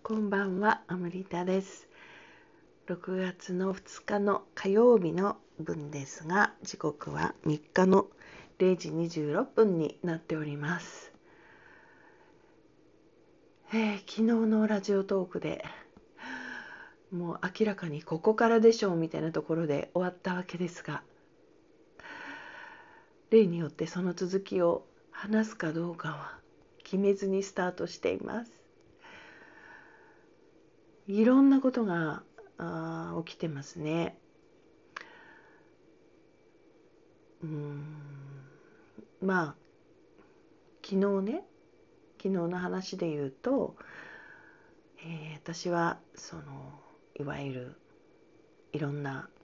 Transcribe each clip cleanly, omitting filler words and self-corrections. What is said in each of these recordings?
こんばんは、アムリタです。6月の2日の火曜日の分ですが、時刻は3日の0時26分になっております。昨日のラジオトークでもう明らかにここからでしょうみたいなところで終わったわけですが、例によってその続きを話すかどうかは決めずにスタートしています。いろんなことが起きてますね。まあ昨日の話で言うと、私はいわゆるいろんな、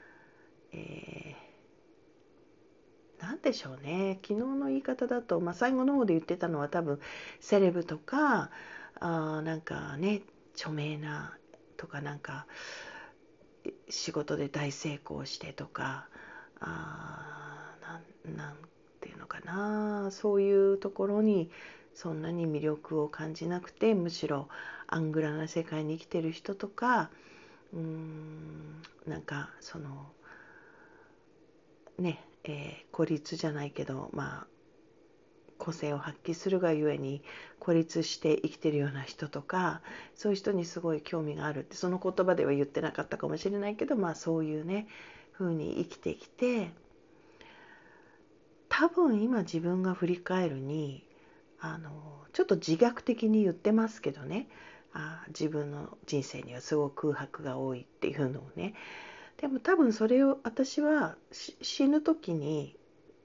なんでしょうね、昨日の言い方だと、最後の方で言ってたのは多分セレブとかなんかね、著名なとか、なんか仕事で大成功してとか、なんていうのかな、そういうところにそんなに魅力を感じなくて、むしろアングラな世界に生きてる人とか、なんか孤立じゃないけど、個性を発揮するがゆえに孤立して生きてるような人とか、そういう人にすごい興味があるって、その言葉では言ってなかったかもしれないけど、そういうね風に生きてきて、多分今自分が振り返るにちょっと自虐的に言ってますけどね、自分の人生にはすごく空白が多いっていうのをね。でも多分それを私は死ぬ時に、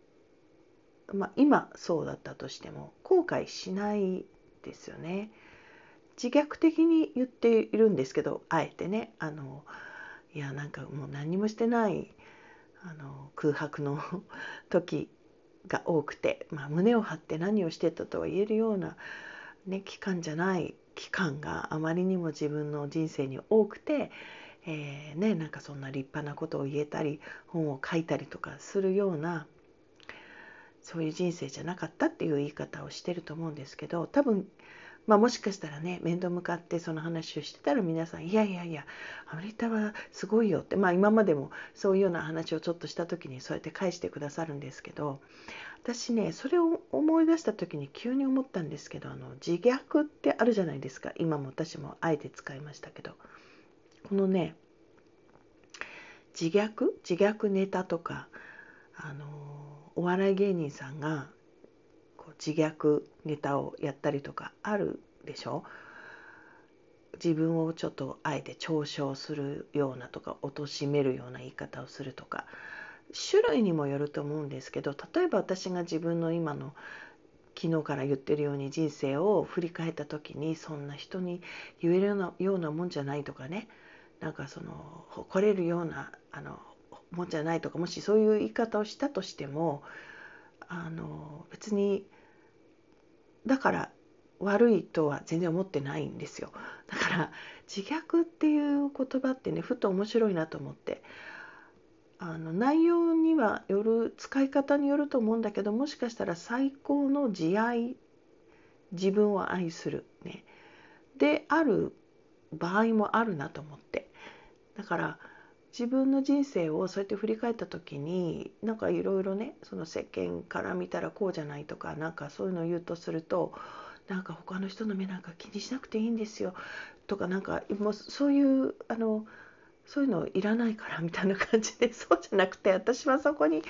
今そうだったとしても後悔しないですよね。自虐的に言っているんですけど、あえてね、いやなんかもう何もしてない空白の時が多くて、胸を張って何をしてたとは言えるような、期間じゃない期間があまりにも自分の人生に多くて、なんかそんな立派なことを言えたり本を書いたりとかするような、そういう人生じゃなかったっていう言い方をしてると思うんですけど、多分もしかしたらね、面と向かってその話をしてたら皆さん、いやいやいやアメリカはすごいよって、今までもそういうような話をちょっとした時にそうやって返してくださるんですけど、私ね、それを思い出した時に急に思ったんですけど、自虐ってあるじゃないですか。今も私もあえて使いましたけど、このね、自虐ネタとか、お笑い芸人さんが自虐ネタをやったりとかあるでしょ。自分をちょっとあえて嘲笑するようなとか、貶めるような言い方をするとか、種類にもよると思うんですけど、例えば私が自分の今の昨日から言ってるように人生を振り返った時に、そんな人に言えるようなもんじゃないとかね、なんか誇れるようなもんじゃないとか、もしそういう言い方をしたとしても、別にだから悪いとは全然思ってないんですよ。だから自虐っていう言葉ってね、ふと面白いなと思って、内容にはよる、使い方によると思うんだけど、もしかしたら最高の自愛、自分を愛するねである場合もあるなと思って。だから自分の人生をそうやって振り返った時に、なんかいろいろね、その世間から見たらこうじゃないとか、なんかそういうのを言うとすると、なんか他の人の目なんか気にしなくていいんですよとか、なんかもうそういうそういうのいらないからみたいな感じで、そうじゃなくて、私は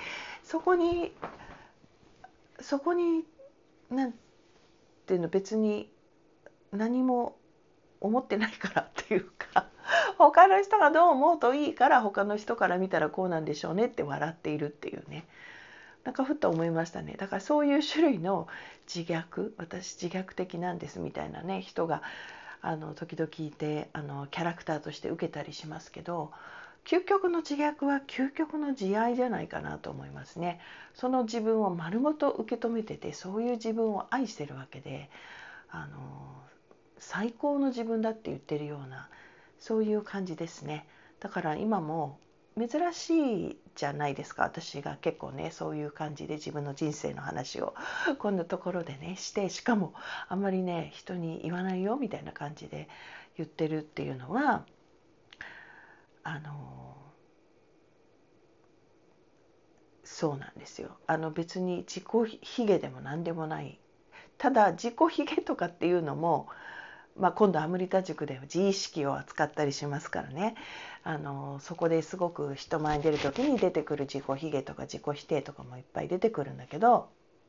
そこになんていうの、別に何も思ってないからっていうか、他の人がどう思うといいから、他の人から見たらこうなんでしょうねって笑っているっていうね、なんかふっと思いましたね。だからそういう種類の自虐、私自虐的なんですみたいなね人が時々いて、キャラクターとして受けたりしますけど、究極の自虐は究極の自愛じゃないかなと思いますね。その自分を丸ごと受け止めてて、そういう自分を愛してるわけで、最高の自分だって言ってるような、そういう感じですね。だから今も珍しいじゃないですか。私が結構ねそういう感じで自分の人生の話をこんなところでねして、しかもあんまりね人に言わないよみたいな感じで言ってるっていうのはそうなんですよ。別に自己卑下でも何でもない。ただ自己卑下とかっていうのも、今度アムリタ塾では自意識を扱ったりしますからね。そこですごく人前に出る時に出てくる自己卑下とか自己否定とかもいっぱい出てくるんだけど、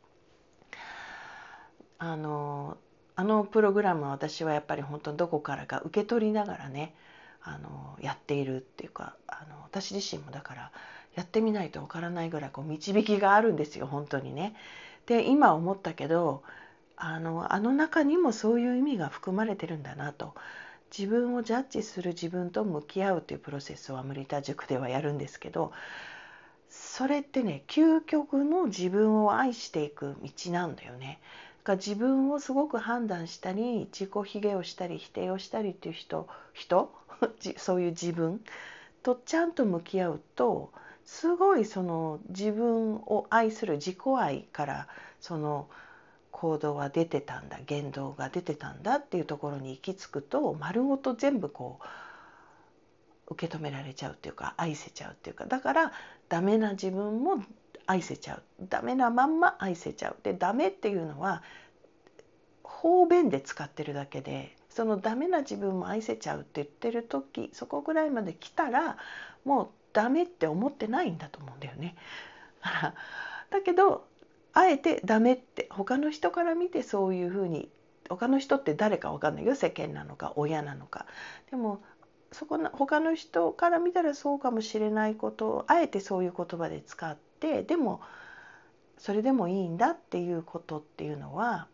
あのプログラムは私はやっぱり本当にどこからか受け取りながらねやっているっていうか、私自身もだからやってみないとわからないぐらいこう導きがあるんですよ本当にね。で今思ったけどあの中にもそういう意味が含まれてるんだなと。自分をジャッジする自分と向き合うというプロセスをアムリタ塾ではやるんですけど、それってね究極の自分を愛していく道なんだよね。だから自分をすごく判断したり自己卑下をしたり否定をしたりっていう人そういう自分とちゃんと向き合うと、すごいその自分を愛する自己愛からその行動は出てたんだ、言動が出てたんだっていうところに行き着くと、丸ごと全部こう受け止められちゃうっていうか愛せちゃうっていうか、だからダメな自分も愛せちゃう、ダメなまんま愛せちゃう。でダメっていうのは方便で使ってるだけで、そのダメな自分も愛せちゃうって言ってる時、そこぐらいまで来たらもうダメって思ってないんだと思うんだよね。だけどあえてダメって他の人から見てそういうふうに、他の人って誰か分かんないよ、世間なのか親なのか。でも他の人から見たらそうかもしれないことをあえてそういう言葉で使って、でもそれでもいいんだっていうことっていうのは、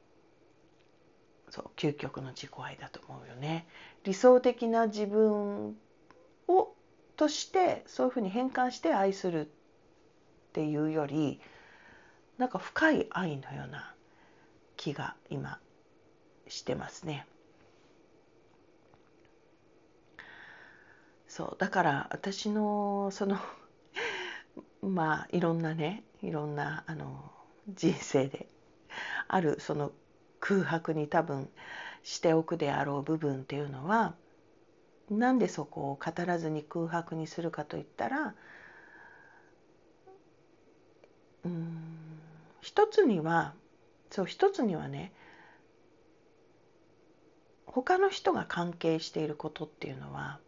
そう究極の自己愛だと思うよね。理想的な自分をとしてそういうふうに変換して愛するっていうより、なんか深い愛のような気が今してますね。そうだから私のそのいろんな人生であるその空白に多分しておくであろう部分っていうのは、なんでそこを語らずに空白にするかといったら、一つにはね、他の人が関係していることっていうのは、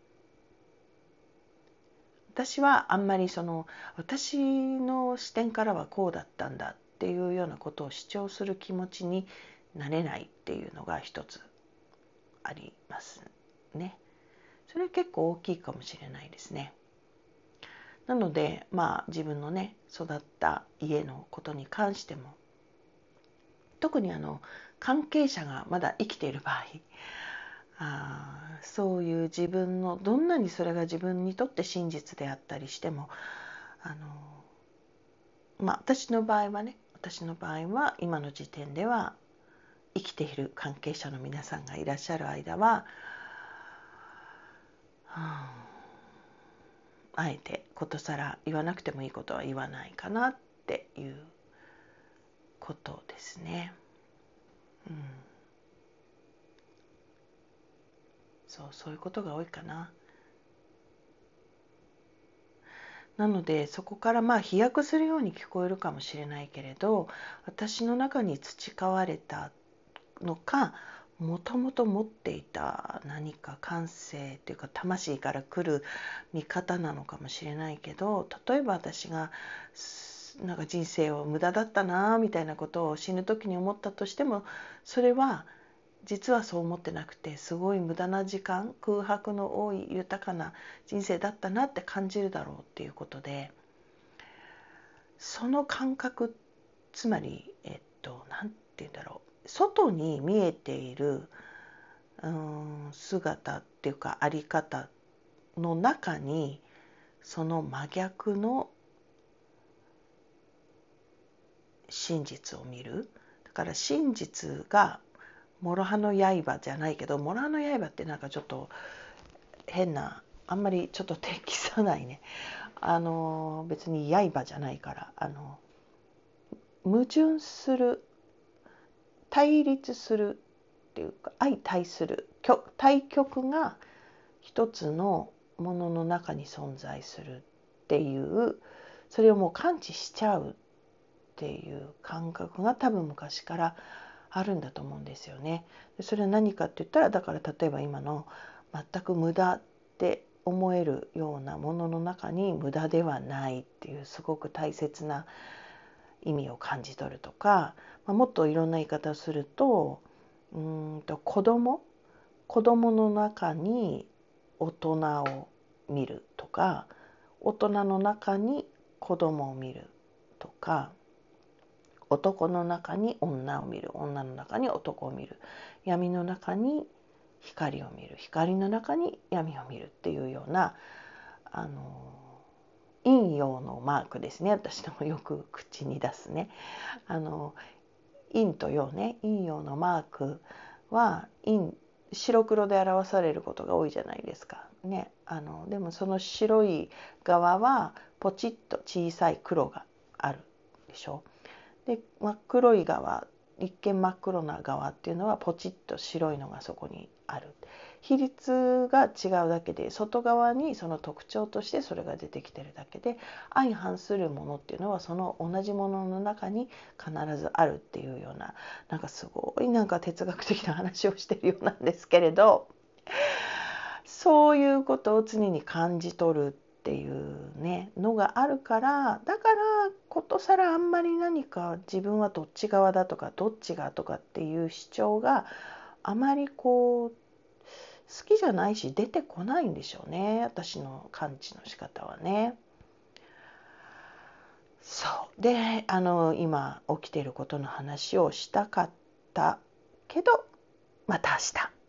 私はあんまり私の視点からはこうだったんだっていうようなことを主張する気持ちになれないっていうのが一つありますね。それ結構大きいかもしれないですね。なので自分のね育った家のことに関しても、特に関係者がまだ生きている場合、そういう自分のどんなにそれが自分にとって真実であったりしても、私の場合は今の時点では生きている関係者の皆さんがいらっしゃる間は、あえてことさら言わなくてもいいことは言わないかなっていうことですね。そういうことが多いかな。なのでそこから飛躍するように聞こえるかもしれないけれど、私の中に培われたのか、もともと持っていた何か感性というか魂から来る見方なのかもしれないけど、例えば私がなんか人生を無駄だったなみたいなことを死ぬ時に思ったとしても、それは実はそう思ってなくて、すごい無駄な時間、空白の多い豊かな人生だったなって感じるだろうっていうことで、その感覚、つまりなんて言うんだろう、外に見えている姿っていうかあり方の中に、その真逆の真実を見る。だから真実が諸刃の刃じゃないけど、諸刃の刃ってなんかちょっと変な、あんまりちょっと適さないね別に刃じゃないから矛盾する、対立するっていうか相対する対極が一つのものの中に存在するっていう、それをもう感知しちゃうっていう感覚が多分昔からあるんだと思うんですよね。それは何かって言ったら、だから例えば今の全く無駄って思えるようなものの中に無駄ではないっていうすごく大切な意味を感じ取るとか、もっといろんな言い方をすると、子供の中に大人を見るとか、大人の中に子供を見るとか、男の中に女を見る、女の中に男を見る、闇の中に光を見る、光の中に闇を見るっていうような陰陽のマークですね。私のよく口に出すね、陰と陽ね、陰陽のマークは白黒で表されることが多いじゃないですかね。でもその白い側はポチッと小さい黒があるでしょ。で真っ黒い側、一見真っ黒な側っていうのはポチッと白いのがそこにある。比率が違うだけで、外側にその特徴としてそれが出てきてるだけで、相反するものっていうのはその同じものの中に必ずあるっていうような、なんかすごいなんか哲学的な話をしてるようなんですけれど、そういうことを常に感じ取るっていうねのがあるから、だからことさらあんまり何か自分はどっち側だとかどっちがとかっていう主張があまり好きじゃないし出てこないんでしょうね、私の感知の仕方はね。そうで今起きていることの話をしたかったけど、また明日。